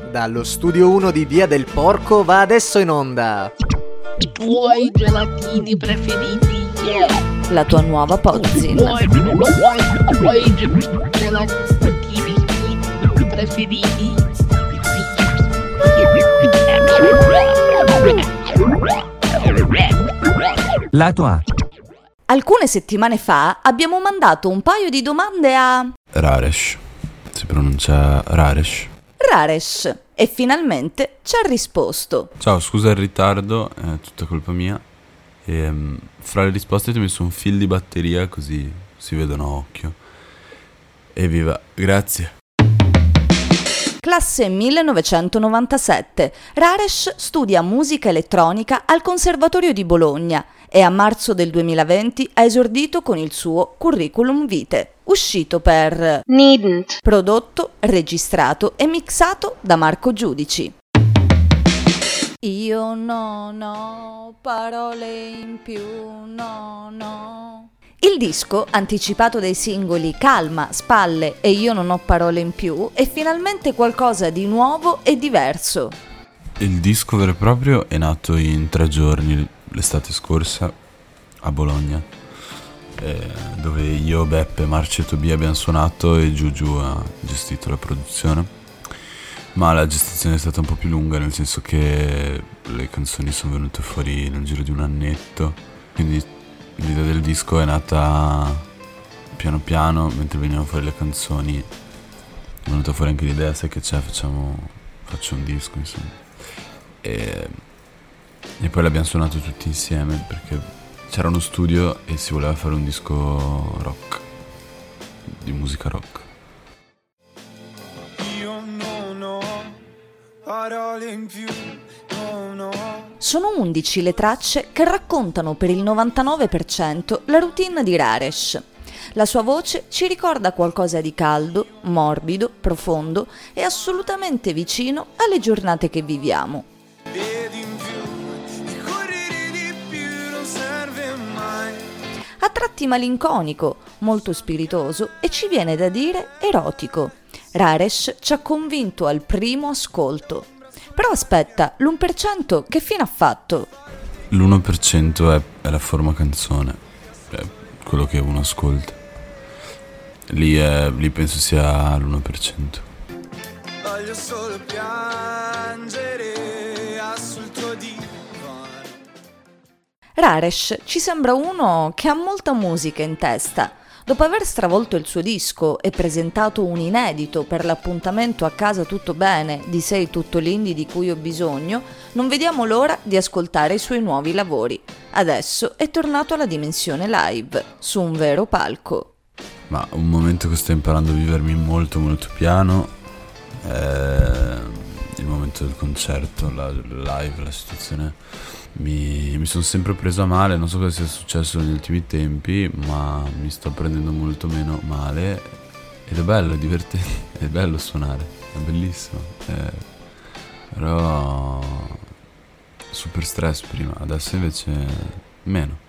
Dallo studio 1 di Via del Porco va adesso in onda I tuoi gelatini preferiti, la tua nuova Podzin. I tuoi gelatini preferiti. La tua. Alcune settimane fa abbiamo mandato un paio di domande a Raresh. Si pronuncia Raresh. Raresh e finalmente ci ha risposto. Ciao, scusa il ritardo, è tutta colpa mia. E fra le risposte ti ho messo un fil di batteria così si vedono a occhio. Evviva, grazie. Classe 1997. Raresh studia musica elettronica al Conservatorio di Bologna e a marzo del 2020 ha esordito con il suo curriculum vitae, uscito per Needn't. Prodotto, registrato e mixato da Marco Giudici. Io non ho parole in più, no. Il disco, anticipato dai singoli Calma, Spalle e Io non ho parole in più, è finalmente qualcosa di nuovo e diverso. Il disco vero e proprio è nato in 3 giorni l'estate scorsa a Bologna, dove io, Beppe, Marci e Tobia abbiamo suonato e Giugiu ha gestito la produzione. Ma la gestazione è stata un po' più lunga, nel senso che le canzoni sono venute fuori nel giro di un annetto, quindi l'idea del disco è nata piano piano, mentre venivano fuori le canzoni è venuta fuori anche l'idea, sai che c'è, faccio un disco, insomma. E poi l'abbiamo suonato tutti insieme perché c'era uno studio e si voleva fare un disco rock, di musica rock. Io non ho parole in più, no. Sono 11 le tracce che raccontano per il 99% la routine di Raresh. La sua voce ci ricorda qualcosa di caldo, morbido, profondo e assolutamente vicino alle giornate che viviamo. Vedi in più e correre di più non serve mai. A tratti malinconico, molto spiritoso e ci viene da dire erotico. Raresh ci ha convinto al primo ascolto. Però aspetta, l'1% che fine ha fatto? L'1% è la forma canzone, è quello che uno ascolta. Lì penso sia l'1%. Voglio solo piangere sul tuo divano. Raresh ci sembra uno che ha molta musica in testa. Dopo aver stravolto il suo disco e presentato un inedito per l'appuntamento A casa tutto bene di Sei tutto l'indie di cui ho bisogno, non vediamo l'ora di ascoltare i suoi nuovi lavori. Adesso è tornato alla dimensione live, su un vero palco. Ma un momento che sto imparando a vivermi molto molto piano è il momento del concerto, la live, la situazione. Mi sono sempre preso a male, non so cosa sia successo negli ultimi tempi, ma mi sto prendendo molto meno male ed è bello, è divertente, è bello suonare, è bellissimo, però super stress prima, adesso invece meno.